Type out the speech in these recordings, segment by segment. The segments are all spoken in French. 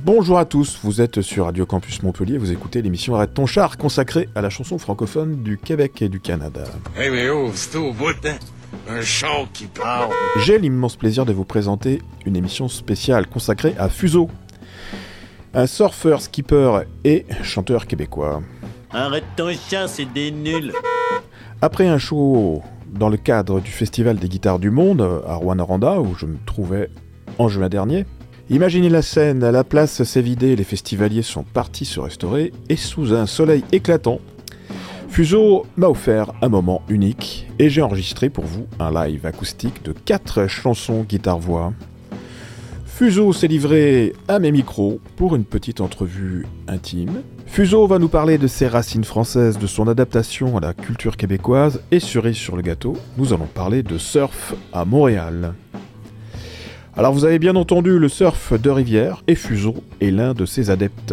Bonjour à tous, vous êtes sur Radio Campus Montpellier, vous écoutez l'émission Arrête ton char consacrée à la chanson francophone du Québec et du Canada. Eh mais oh, c'est au bout, hein? Un char qui parle. J'ai l'immense plaisir de vous présenter une émission spéciale consacrée à Fuseau, un surfeur, skipper et chanteur québécois. Arrête ton char, c'est des nuls. Après un show dans le cadre du Festival des guitares du monde à Rouyn-Noranda, où je me trouvais en juin dernier, imaginez la scène, la place s'est vidée, les festivaliers sont partis se restaurer, et sous un soleil éclatant, Fuseau m'a offert un moment unique, et j'ai enregistré pour vous un live acoustique de 4 chansons guitare-voix. Fuseau s'est livré à mes micros pour une petite entrevue intime. Fuseau va nous parler de ses racines françaises, de son adaptation à la culture québécoise, et cerise sur le gâteau, nous allons parler de surf à Montréal. Alors vous avez bien entendu le surf de rivière, et Fuseau est l'un de ses adeptes.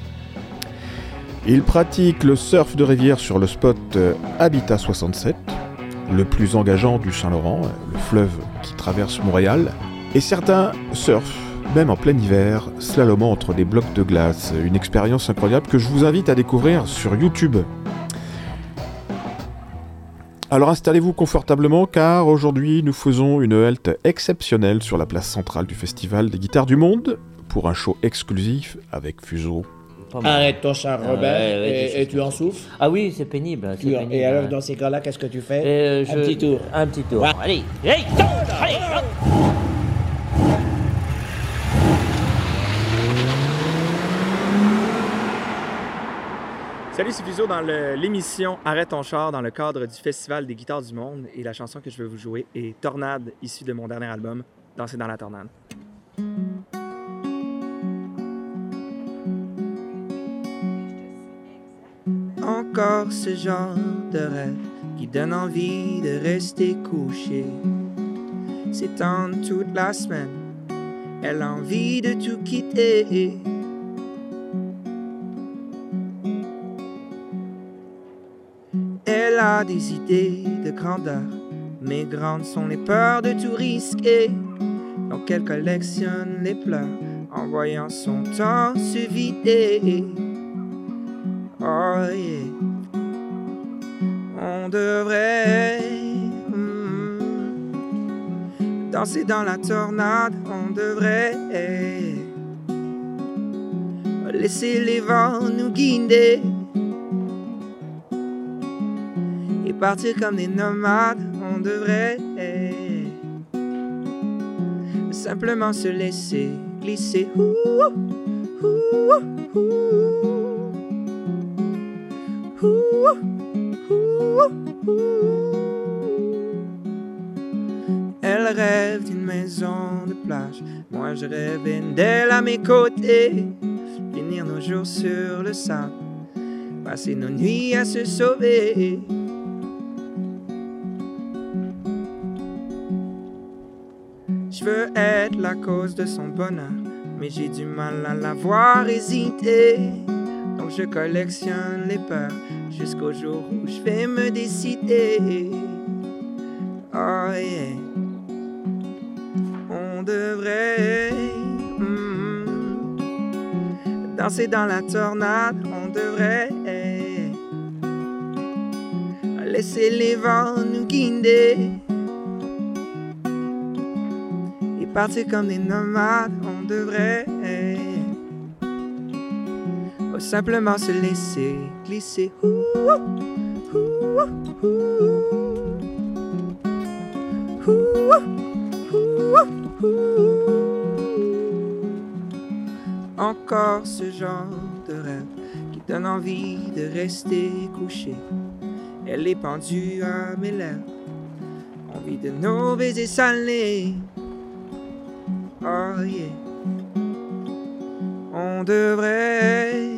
Il pratique le surf de rivière sur le spot Habitat 67, le plus engageant du Saint-Laurent, le fleuve qui traverse Montréal, et certains surfent, même en plein hiver, slalomant entre des blocs de glace, une expérience incroyable que je vous invite à découvrir sur YouTube. Alors installez-vous confortablement car aujourd'hui nous faisons une halte exceptionnelle sur la place centrale du Festival des guitares du monde pour un show exclusif avec Fuseau. Arrête ton char, Robert, et tu en souffres. Ah oui, c'est pénible. C'est pénible. Et alors, dans ces cas-là, qu'est-ce que tu fais? Un petit tour. Un petit tour. Ouais. Allez, hey, allez, hop. Salut, c'est Fuseau dans l'émission Arrête ton char dans le cadre du Festival des guitares du monde. Et la chanson que je vais vous jouer est Tornade, issue de mon dernier album, Danser dans la tornade. Encore ce genre de rêve qui donne envie de rester couché. S'étendre toute la semaine, elle a envie de tout quitter. Elle a des idées de grandeur, mais grandes sont les peurs de tout risquer. Donc elle collectionne les pleurs en voyant son temps se vider. Oh yeah, on devrait danser dans la tornade, on devrait laisser les vents nous guider et partir comme des nomades, on devrait simplement se laisser glisser. Elle rêve d'une maison de plage, moi je rêvais d'elle à mes côtés. Finir nos jours sur le sable, passer nos nuits à se sauver. Je veux être la cause de son bonheur, mais j'ai du mal à la voir hésiter. Donc je collectionne les peurs jusqu'au jour où je vais me décider. Oh yeah, on devrait danser dans la tornade, on devrait laisser les vents nous guider et partir comme des nomades, on devrait simplement se laisser glisser. Encore ce genre de rêve qui donne envie de rester couché. Elle est pendue à mes lèvres, envie de nos baisers salés. Oh yeah, on devrait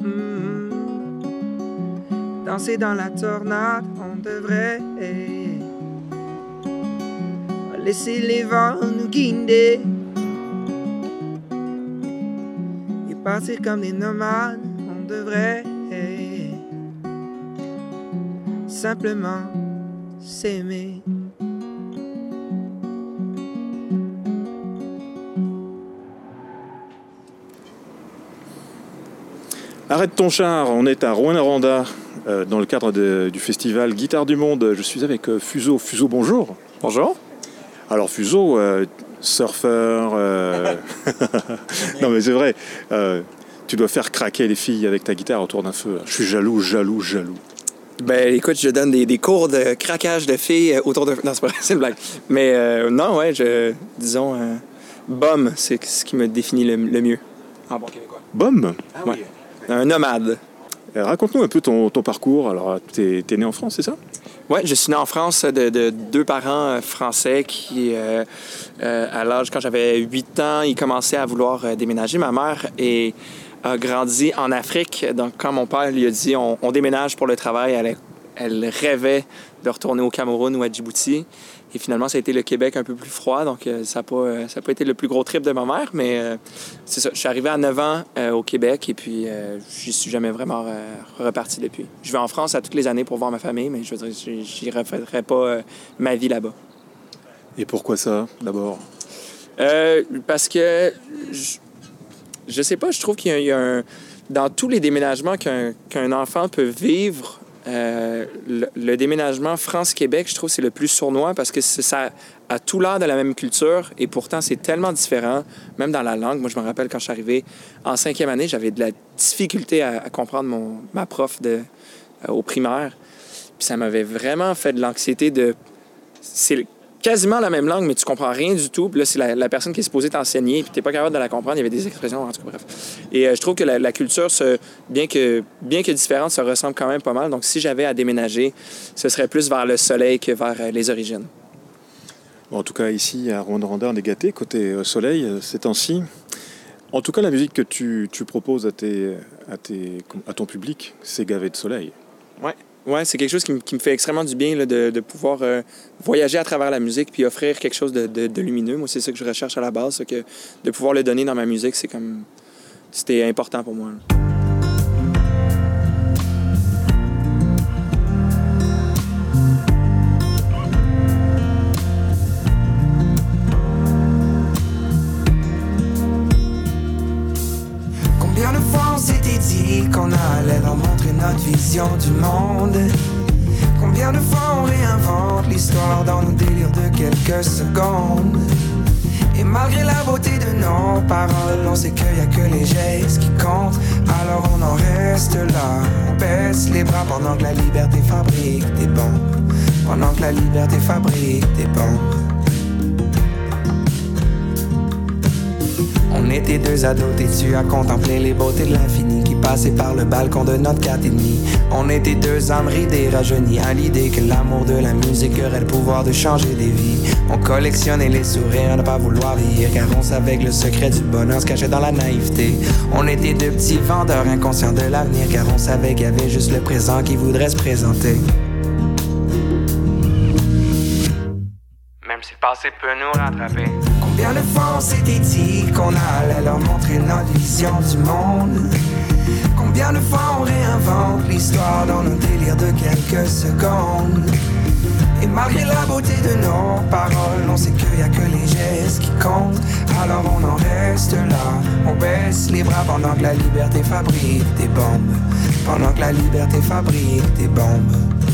danser dans la tornade, on devrait laisser les vents nous guider et partir comme des nomades, on devrait simplement s'aimer. Arrête ton char, on est à Rouyn-Noranda, dans le cadre du festival Guitare du Monde. Je suis avec Fuso. Fuso, bonjour. Bonjour. Alors Fuso, surfeur... non mais c'est vrai, tu dois faire craquer les filles avec ta guitare autour d'un feu. Je suis jaloux. Ben écoute, je donne des cours de craquage de filles autour de... Non, c'est pas vrai, c'est une blague. Mais non, ouais, disons, bum, c'est ce qui me définit le mieux en bon québécois. Bum? Ah oui. Ouais. Un nomade. Raconte-nous un peu ton parcours. Alors, t'es né en France, c'est ça? Oui, je suis né en France de 2 parents français qui, à l'âge, quand j'avais 8 ans, ils commençaient à vouloir déménager. Ma mère a grandi en Afrique. Donc, quand mon père lui a dit « on déménage pour le travail », elle rêvait de retourner au Cameroun ou à Djibouti. Et finalement, ça a été le Québec un peu plus froid. Donc, ça n'a pas été le plus gros trip de ma mère. Mais c'est ça. Je suis arrivé à 9 ans au Québec et puis j'y suis jamais vraiment reparti depuis. Je vais en France à toutes les années pour voir ma famille, mais je veux dire, j'y referais pas ma vie là-bas. Et pourquoi ça, d'abord? Parce que... Je sais pas, je trouve qu'il y a dans tous les déménagements qu'un enfant peut vivre, le déménagement France-Québec, je trouve que c'est le plus sournois parce que ça a tout l'air de la même culture et pourtant c'est tellement différent, même dans la langue. Moi, je me rappelle quand je suis arrivé en 5e année, j'avais de la difficulté à comprendre ma prof au primaire. Puis ça m'avait vraiment fait de l'anxiété c'est quasiment la même langue, mais tu comprends rien du tout. Puis là, c'est la personne qui est supposée t'enseigner, puis t'es pas capable de la comprendre. Il y avait des expressions, en tout cas, bref. Et je trouve que la culture, bien que différente, se ressemble quand même pas mal. Donc, si j'avais à déménager, ce serait plus vers le soleil que vers les origines. Bon, en tout cas, ici, à Rouyn-Noranda, on est gâtés, côté soleil, ces temps-ci. En tout cas, la musique que tu proposes à ton public, c'est gavé de soleil. Ouais, c'est quelque chose qui me fait extrêmement du bien là, de pouvoir voyager à travers la musique puis offrir quelque chose de lumineux. Moi, c'est ça que je recherche à la base, que de pouvoir le donner dans ma musique, c'était important pour moi. Là. Combien de fois on s'était dit qu'on allait leur montrer notre vision du monde? Combien de fois on réinvente l'histoire dans nos délires de quelques secondes? Et malgré la beauté de nos paroles, on sait qu'il n'y a que les gestes qui comptent. Alors on en reste là, on baisse les bras pendant que la liberté fabrique des bombes. Pendant que la liberté fabrique des bombes. On était 2 ados têtus à contempler les beautés de l'infini qui passaient par le balcon de notre 4,5. On était 2 âmes ridées, rajeunies à l'idée que l'amour de la musique aurait le pouvoir de changer des vies. On collectionnait les sourires à ne pas vouloir vieillir, car on savait que le secret du bonheur se cachait dans la naïveté. On était 2 petits vendeurs inconscients de l'avenir, car on savait qu'il y avait juste le présent qui voudrait se présenter. Même si le passé peut nous rattraper. Combien de fois on s'était dit qu'on allait leur montrer notre vision du monde? Combien de fois on réinvente l'histoire dans nos délires de quelques secondes? Et malgré la beauté de nos paroles, on sait qu'il n'y a que les gestes qui comptent. Alors on en reste là, on baisse les bras pendant que la liberté fabrique des bombes. Pendant que la liberté fabrique des bombes.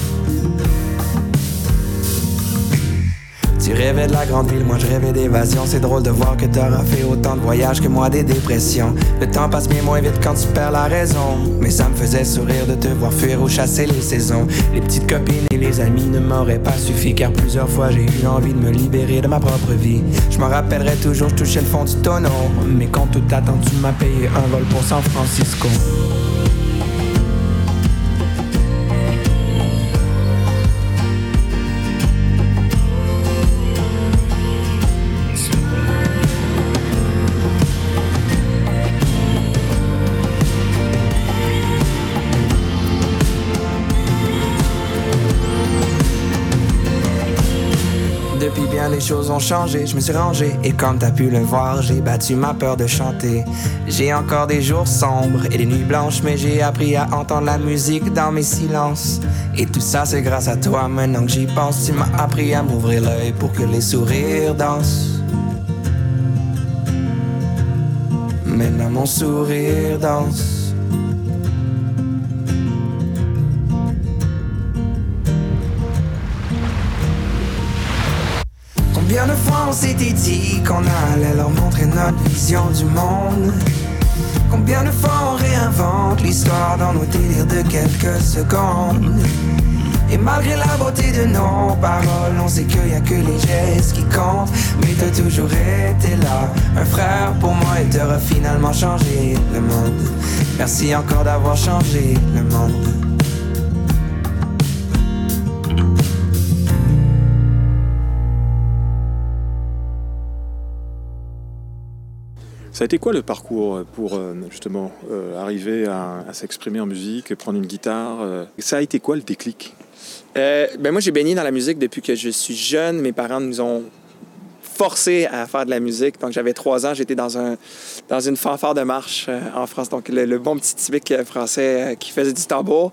Tu rêvais de la grande ville, moi je rêvais d'évasion. C'est drôle de voir que t'auras fait autant de voyages que moi des dépressions. Le temps passe bien moins vite quand tu perds la raison. Mais ça me faisait sourire de te voir fuir ou chasser les saisons. Les petites copines et les amis ne m'auraient pas suffi, car plusieurs fois j'ai eu envie de me libérer de ma propre vie. Je me rappellerai toujours, je touchais le fond du tonneau. Mais quand tout attend, tu m'as payé un vol pour San Francisco. Les choses ont changé, je me suis rangé. Et comme t'as pu le voir, j'ai battu ma peur de chanter. J'ai encore des jours sombres et des nuits blanches, mais j'ai appris à entendre la musique dans mes silences. Et tout ça c'est grâce à toi, maintenant que j'y pense. Tu m'as appris à m'ouvrir l'œil pour que les sourires dansent. Maintenant mon sourire danse. Combien de fois on s'était dit qu'on allait leur montrer notre vision du monde? Combien de fois on réinvente l'histoire dans nos délires de quelques secondes? Et malgré la beauté de nos paroles, on sait qu'il y a que les gestes qui comptent. Mais t'as toujours été là, un frère pour moi, et t'auras finalement changé le monde. Merci encore d'avoir changé le monde. Ça a été quoi le parcours pour justement arriver à s'exprimer en musique, prendre une guitare Ça a été quoi le déclic? Moi, j'ai baigné dans la musique depuis que je suis jeune. Mes parents nous ont forcés à faire de la musique. Donc, j'avais 3 ans, j'étais dans une fanfare de marche en France. Donc, le bon petit typique français qui faisait du tambour.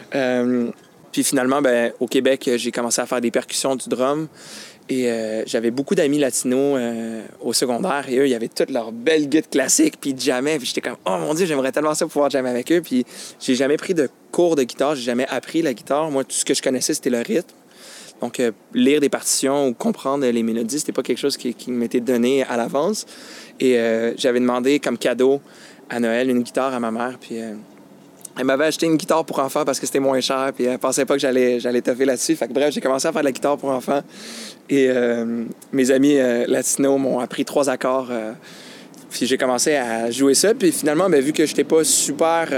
Puis finalement, au Québec, j'ai commencé à faire des percussions, du drum. Et j'avais beaucoup d'amis latinos au secondaire. Et eux, ils avaient toutes leurs belles guides classiques, puis ils jammaient. Puis j'étais comme, oh mon Dieu, j'aimerais tellement ça pouvoir jammer avec eux. Puis j'ai jamais pris de cours de guitare, j'ai jamais appris la guitare. Moi, tout ce que je connaissais, c'était le rythme. Donc, lire des partitions ou comprendre les mélodies, c'était pas quelque chose qui m'était donné à l'avance. Et j'avais demandé comme cadeau à Noël une guitare à ma mère. Puis elle m'avait acheté une guitare pour enfants parce que c'était moins cher. Puis elle pensait pas que j'allais toffer là-dessus. Fait que bref, j'ai commencé à faire de la guitare pour enfants. Et mes amis latinos m'ont appris 3 accords. Puis j'ai commencé à jouer ça. Puis finalement, vu que j'étais pas super...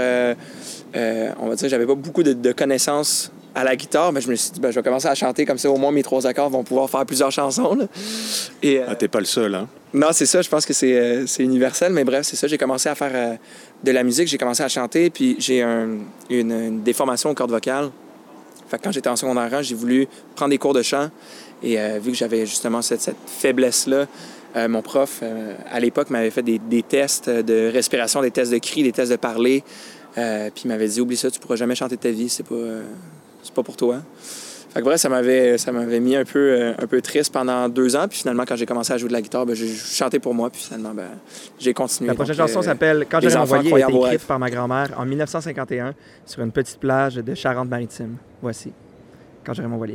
on va dire, j'avais pas beaucoup de connaissances à la guitare, je me suis dit, je vais commencer à chanter comme ça. Au moins, mes 3 accords vont pouvoir faire plusieurs chansons. Là. Et, t'es pas le seul, hein? Non, c'est ça. Je pense que c'est universel. Mais bref, c'est ça. J'ai commencé à faire de la musique. J'ai commencé à chanter. Puis j'ai une déformation aux cordes vocales. Fait que quand j'étais en secondaire 1, j'ai voulu prendre des cours de chant. Et vu que j'avais justement cette faiblesse-là, mon prof, à l'époque, m'avait fait des tests de respiration, des tests de cri, des tests de parler. Puis il m'avait dit, oublie ça, tu pourras jamais chanter de ta vie. C'est pas pour toi. Fait que bref, ça m'avait mis un peu triste pendant 2 ans. Puis finalement, quand j'ai commencé à jouer de la guitare, j'ai chanté pour moi. Puis finalement, j'ai continué. La prochaine chanson s'appelle « Quand j'aurais mon voilier » a été écrite par ma grand-mère en 1951 sur une petite plage de Charente-Maritime. Voici « Quand j'aurais mon voilier ».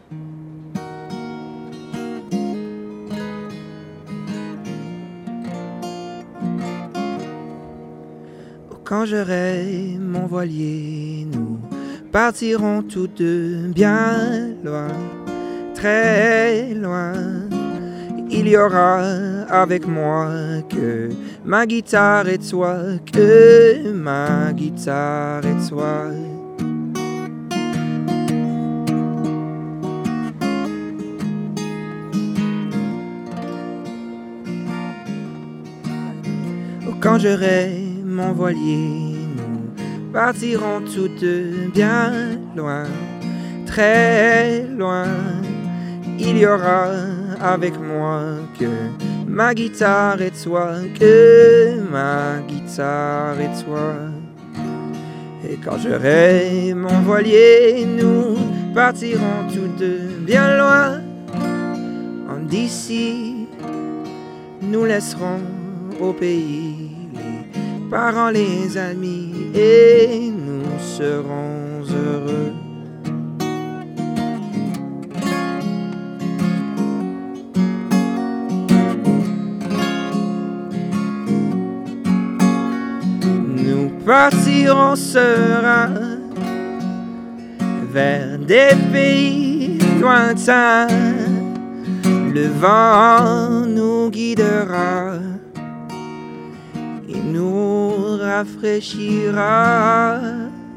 Quand j'aurai mon voilier, nous partirons tous deux bien loin, très loin. Il y aura avec moi que ma guitare et toi, que ma guitare et toi. Quand j'aurai mon voilier, nous partirons tous deux bien loin, très loin. Il y aura avec moi que ma guitare et toi, que ma guitare et toi. Et quand j'aurai mon voilier, nous partirons tous deux bien loin. D'ici, nous laisserons au pays parents, les amis, et nous serons heureux. Nous partirons sereins vers des pays lointains. Le vent nous guidera, il nous rafraîchira.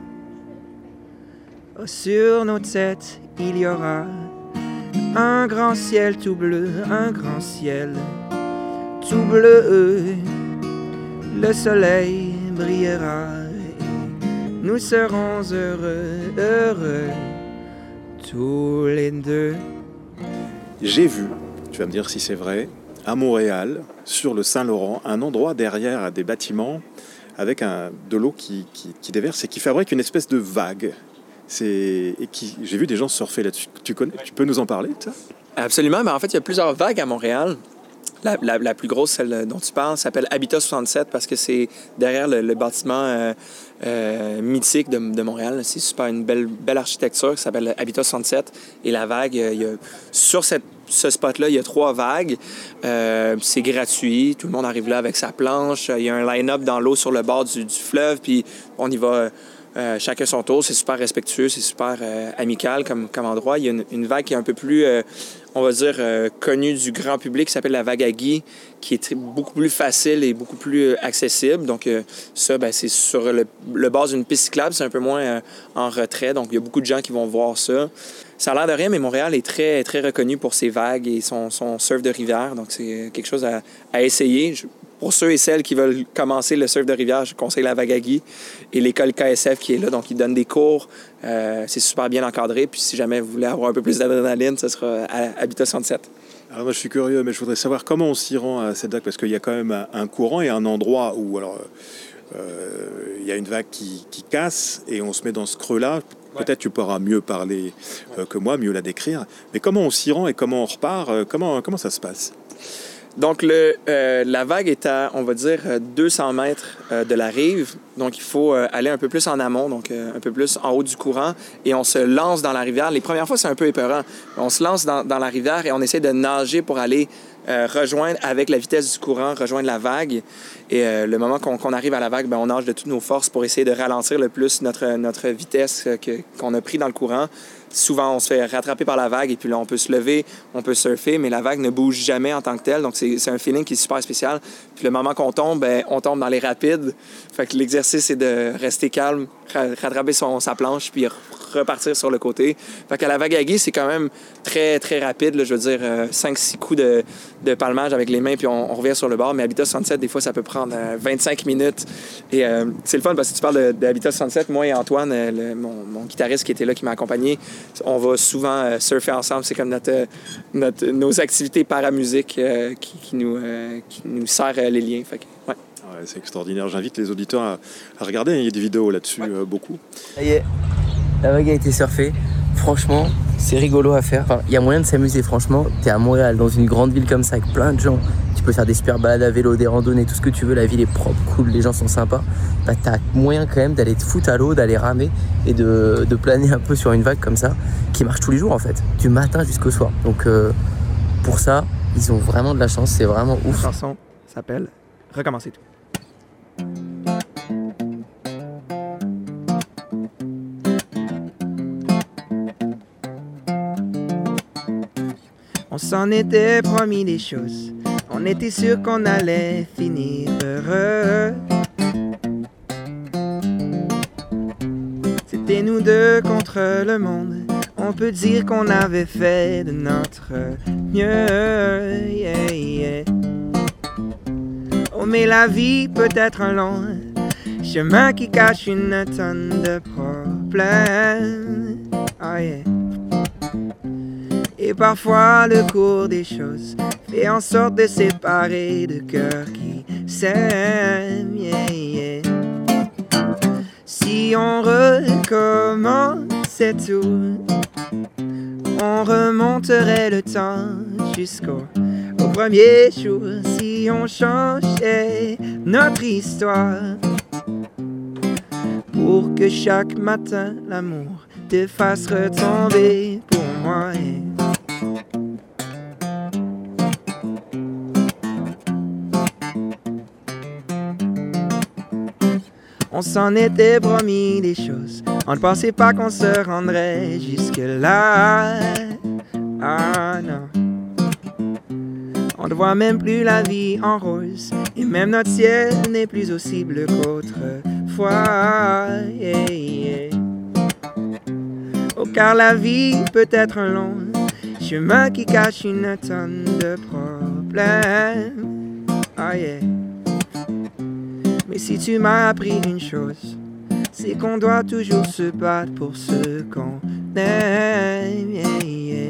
Sur nos têtes, il y aura un grand ciel tout bleu, un grand ciel tout bleu. Le soleil brillera et nous serons heureux, heureux, tous les deux. J'ai vu, tu vas me dire si c'est vrai, à Montréal, sur le Saint-Laurent, un endroit derrière des bâtiments avec de l'eau qui déverse et qui fabrique une espèce de vague. J'ai vu des gens surfer là-dessus. Tu peux nous en parler de ça? Absolument. Mais en fait, il y a plusieurs vagues à Montréal. La plus grosse, celle dont tu parles, s'appelle Habitat 67 parce que c'est derrière le bâtiment mythique de Montréal. C'est super, une belle architecture qui s'appelle Habitat 67. Et la vague, sur ce spot-là, il y a 3 vagues. C'est gratuit. Tout le monde arrive là avec sa planche. Il y a un line-up dans l'eau sur le bord du fleuve. Puis on y va chacun son tour. C'est super respectueux. C'est super amical comme endroit. Il y a une vague qui est un peu plus... on va dire, connue du grand public, qui s'appelle la vague à Guy, qui est beaucoup plus facile et beaucoup plus accessible. Donc ça, c'est sur le bord d'une piste cyclable, c'est un peu moins en retrait. Donc il y a beaucoup de gens qui vont voir ça. Ça a l'air de rien, mais Montréal est très, très reconnu pour ses vagues et son surf de rivière. Donc c'est quelque chose à essayer. Pour ceux et celles qui veulent commencer le surf de rivière, je conseille la vague à Guy et l'école KSF qui est là. Donc, ils donnent des cours. C'est super bien encadré. Puis, si jamais vous voulez avoir un peu plus d'adrénaline, ce sera à Habitat 67. Alors, moi, je suis curieux, mais je voudrais savoir comment on s'y rend à cette vague, parce qu'il y a quand même un courant et un endroit où, il y a une vague qui casse et on se met dans ce creux-là. Peut-être tu pourras mieux parler que moi, mieux la décrire. Mais comment on s'y rend et comment on repart? Comment ça se passe? Donc, la vague est à, on va dire, 200 mètres de la rive. Donc, il faut aller un peu plus en amont, donc un peu plus en haut du courant. Et on se lance dans la rivière. Les premières fois, c'est un peu épeurant. On se lance dans la rivière et on essaie de nager pour aller rejoindre, avec la vitesse du courant, rejoindre la vague. Et le moment qu'on arrive à la vague, on nage de toutes nos forces pour essayer de ralentir le plus notre vitesse qu'on a pris dans le courant. Souvent, on se fait rattraper par la vague et puis là, on peut se lever, on peut surfer, mais la vague ne bouge jamais en tant que telle. Donc, c'est un feeling qui est super spécial. Puis le moment qu'on tombe, on tombe dans les rapides. Fait que l'exercice, c'est de rester calme, rattraper sa planche, puis repartir sur le côté. Fait qu'à la vague à Guy, c'est quand même très, très rapide. Là, je veux dire, 5-6 coups de palmage avec les mains, puis on revient sur le bord. Mais Habitat 67, des fois, ça peut prendre 25 minutes. Et c'est le fun parce que tu parles d'Habitat 67. Moi et Antoine, mon guitariste qui était là, qui m'a accompagné, on va souvent surfer ensemble. C'est comme nos activités paramusiques qui nous serrent les liens. Fait que, ouais. Ouais, c'est extraordinaire. J'invite les auditeurs à regarder. Il y a des vidéos là-dessus, beaucoup. Ça y est, la vague a été surfée. Franchement, c'est rigolo à faire. Enfin, il y a moyen de s'amuser, franchement. T'es à Montréal, dans une grande ville comme ça, avec plein de gens. Tu peux faire des super balades à vélo, des randonnées, tout ce que tu veux. La ville est propre, cool, les gens sont sympas. T'as moyen quand même d'aller te foutre à l'eau, d'aller ramer et de planer un peu sur une vague comme ça, qui marche tous les jours en fait, du matin jusqu'au soir. Donc pour ça, ils ont vraiment de la chance, c'est vraiment ouf. La chanson s'appelle « Recommencer tout ». On s'en était promis des choses, on était sûr qu'on allait finir heureux. C'était nous deux contre le monde, on peut dire qu'on avait fait de notre mieux. Yeah, yeah. Oh mais la vie peut être un long chemin qui cache une tonne de problèmes. Oh yeah. Et parfois le cours des choses fait en sorte de séparer deux cœurs qui s'aiment. Yeah, yeah. Si on recommençait tout, on remonterait le temps jusqu'au premier jour. Si on changeait notre histoire pour que chaque matin l'amour te fasse retomber pour moi. On s'en était promis des choses, on ne pensait pas qu'on se rendrait jusque-là. Ah non. On ne voit même plus la vie en rose, et même notre ciel n'est plus aussi bleu qu'autrefois. Yeah, yeah. Oh, car la vie peut être un long chemin qui cache une tonne de problèmes. Ah yeah. Mais si tu m'as appris une chose, c'est qu'on doit toujours se battre pour ce qu'on aime. Yeah, yeah.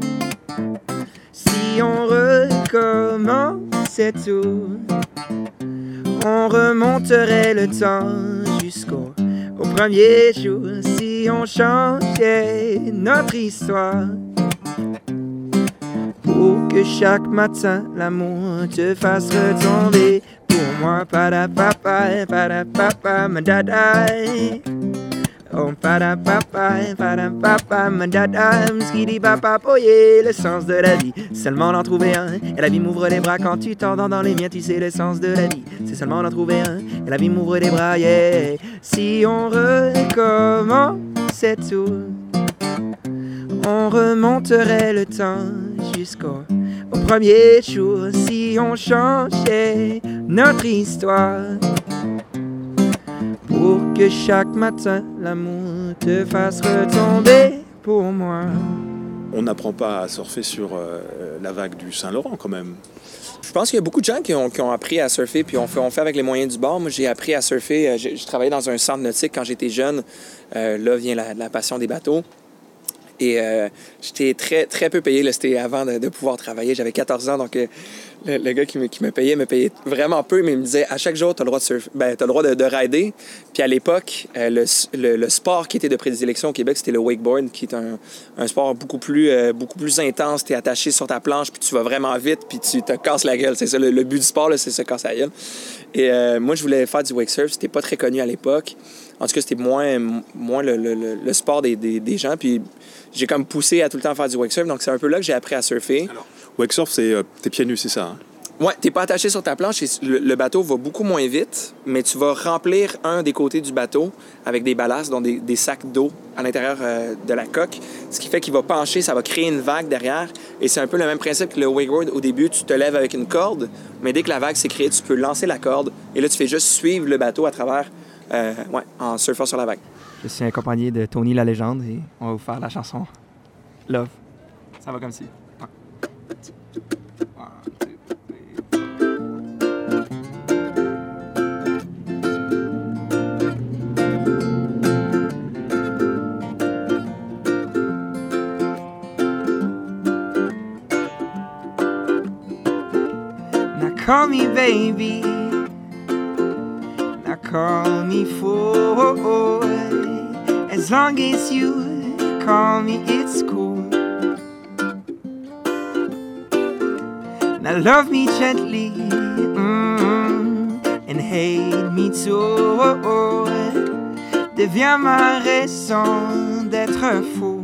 Si on recommençait tout, on remonterait le temps jusqu'au premier jour. Si on changeait notre histoire Pour que chaque matin l'amour te fasse retomber. Pour moi, padapapa, padapapa, ma dada. Oh, padapapa, ma dada. Skidi papa, poye, le sens de la vie. Seulement d'en trouver un. Et la vie m'ouvre les bras quand tu t'endors dans les miens. Tu sais le sens de la vie. C'est seulement d'en trouver un. Et la vie m'ouvre les bras, yeah. Si on recommençait tout, on remonterait le temps jusqu'au premier jour. Si on changeait notre histoire, pour que chaque matin l'amour te fasse retomber pour moi. On n'apprend pas à surfer sur la vague du Saint-Laurent quand même. Je pense qu'il y a beaucoup de gens qui ont appris à surfer, puis on fait avec les moyens du bord. Moi, j'ai appris à surfer. Je travaillais dans un centre nautique quand j'étais jeune. Là vient la passion des bateaux. Et j'étais très peu payé. Là, c'était avant de pouvoir travailler. J'avais 14 ans, donc le gars qui me payait vraiment peu, mais il me disait à chaque jour, tu as le droit de surfer, t'as le droit de rider. Puis à l'époque, le sport qui était de prédilection au Québec, c'était le wakeboard, qui est un sport beaucoup plus intense. Tu es attaché sur ta planche, puis tu vas vraiment vite, puis tu te casses la gueule. C'est ça, le but du sport, là, c'est se casser la gueule. Et moi, je voulais faire du wake surf. C'était pas très connu à l'époque. En tout cas, c'était moins le sport des gens. Puis j'ai comme poussé à tout le temps faire du wake surf. Donc, c'est un peu là que j'ai appris à surfer. Alors, wake surf, c'est t'es pieds nus, c'est ça, hein? Ouais, t'es pas attaché sur ta planche et le bateau va beaucoup moins vite, mais tu vas remplir un des côtés du bateau avec des ballasts, donc des sacs d'eau à l'intérieur de la coque, ce qui fait qu'il va pencher, ça va créer une vague derrière. Et c'est un peu le même principe que le wakeboard. Au début, tu te lèves avec une corde, mais dès que la vague s'est créée, tu peux lancer la corde et là, tu fais juste suivre le bateau à travers, en surfant sur la vague. Je suis accompagné de Tony la légende et on va vous faire la chanson Love. Ça va comme ci. Call me baby, now call me fool. As long as you call me, it's cool. Now love me gently, and hate me too. Deviens ma raison d'être fou.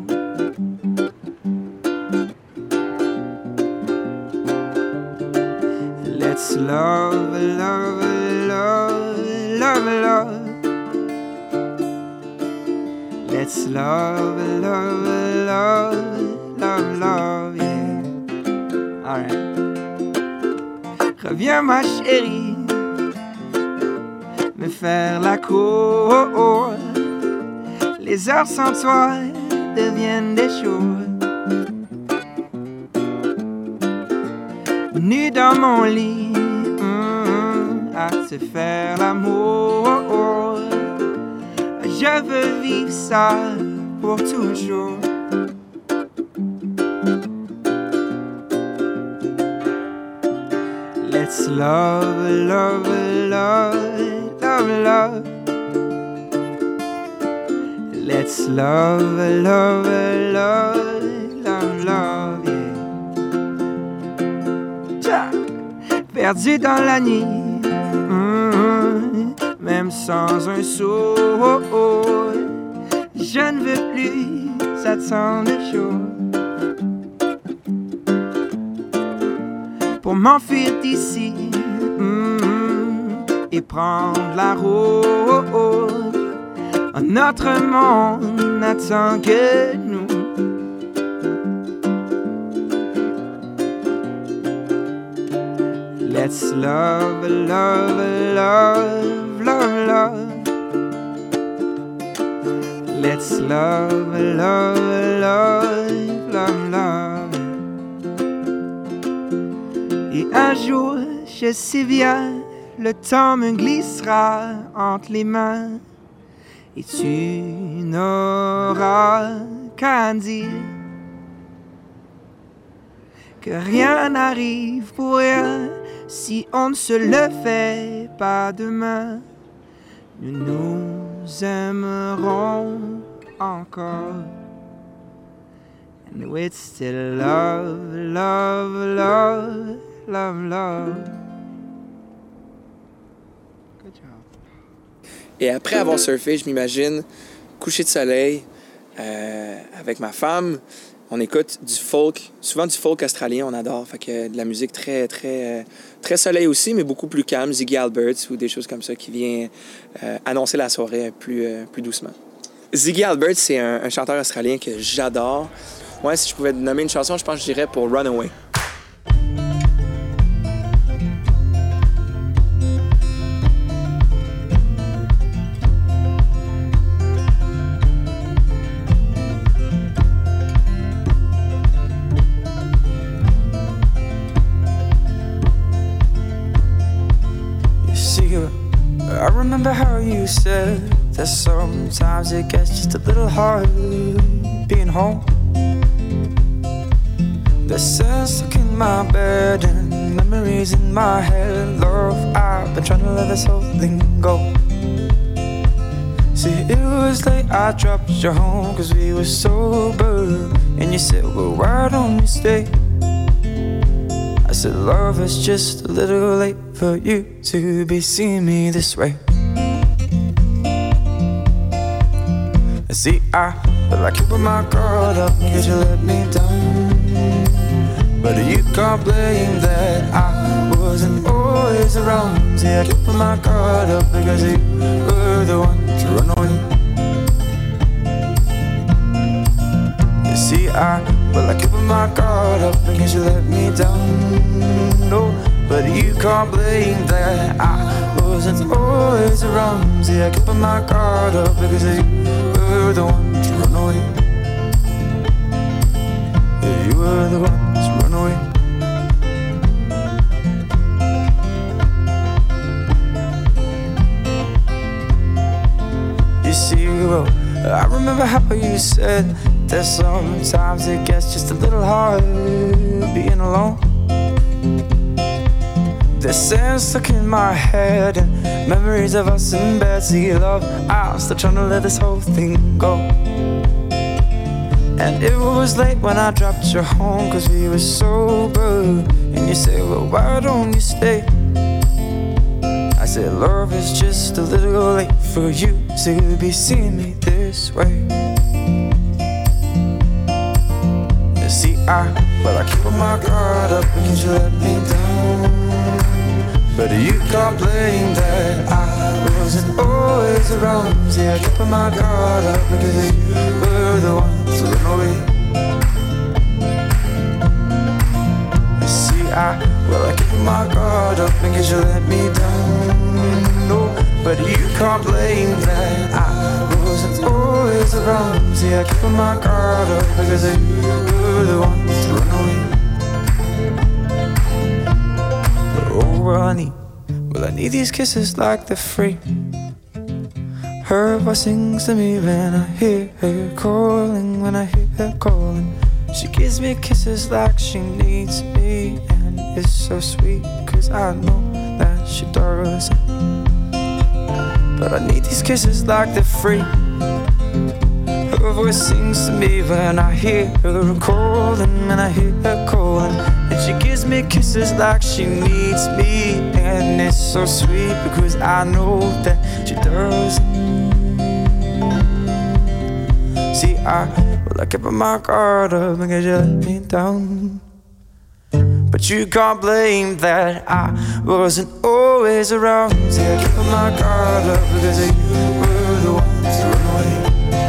Let's love, love, love, love, love. Let's love, love, love, love, love, yeah. Alright. Reviens ma chérie, me faire la cour. Les heures sans toi deviennent des jours. Nu dans mon lit, à te faire l'amour. Je veux vivre ça pour toujours. Let's love, love, love, love, love. Let's love, love, love, love, love, yeah. Perdu dans la nuit, même sans un sou, je ne veux plus attendre le jour pour m'enfuir d'ici et prendre la route. Notre monde n'attend que nous. Let's love, love, love, love, love. Let's love, love, love, love, love. Et un jour, je sais bien, le temps me glissera entre les mains. Et tu n'auras qu'à dire que rien n'arrive pour rien si on ne se le fait pas demain. Nous nous aimerons encore. No, it's still love, love, love, love, love. Good job. Et après avoir surfé, je m'imagine coucher de soleil avec ma femme. On écoute du folk, souvent du folk australien, on adore. Fait que de la musique très, très, très soleil aussi, mais beaucoup plus calme. Ziggy Alberts ou des choses comme ça qui vient annoncer la soirée plus doucement. Ziggy Alberts, c'est un chanteur australien que j'adore. Moi, si je pouvais nommer une chanson, je pense que je dirais pour Runaway. I remember how you said that sometimes it gets just a little hard being home. The sense stuck in my bed and memories in my head. Love, I've been trying to let this whole thing go. See, it was late, I dropped you home cause we were sober. And you said, well, why don't you stay? I said, love, it's just a little late for you to be seeing me this way. See, I feel like keeping my guard up cause you let me down. But you can't blame that I wasn't always around. See, I kept my guard up because you were the one to run away. You see, I feel like keeping my guard up because you let me down. No, but you can't blame that I wasn't always around. See, I kept my guard up because you were the one to run away. Yeah, you were the one to run away. You see, well, I remember how you said that sometimes it gets just a little hard being alone. There's sand stuck in my head and memories of us in bed. See, love, I'm still trying to let this whole thing go. And it was late when I dropped you home cause we were sober. And you said, well, why don't you stay? I said, love, is just a little late for you to be seeing me this way. You see, I keep my guard up because you let me down. But you can't blame that I wasn't always around. See, I kept my guard up because you were the one to run away. You see, I keep my guard up because you let me down. No, but you can't blame that I wasn't always around. See, I kept my guard up because you were the one to run away. Well, I need these kisses like they're free. Her voice sings to me when I hear her calling. When I hear her calling, she gives me kisses like she needs me. And it's so sweet cause I know that she does. But I need these kisses like they're free. Her voice sings to me when I hear her calling. When I hear her calling, and she gives me kisses like she needs me. And it's so sweet because I know that she does. See, I kept my guard up because you let me down. But you can't blame that I wasn't always around. See, I kept my guard up because you were the one to run away.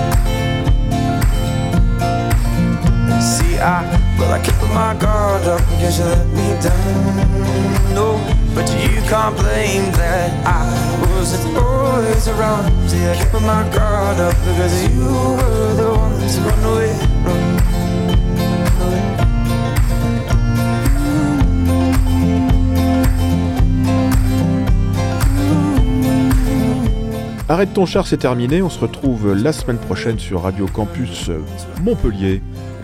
See, I kept my guard up because you let me down. No, but you can't blame that I wasn't always around. See, I kept my guard up because you were the one to run away, run away. Arrête ton char, c'est terminé. On se retrouve la semaine prochaine sur Radio Campus Montpellier.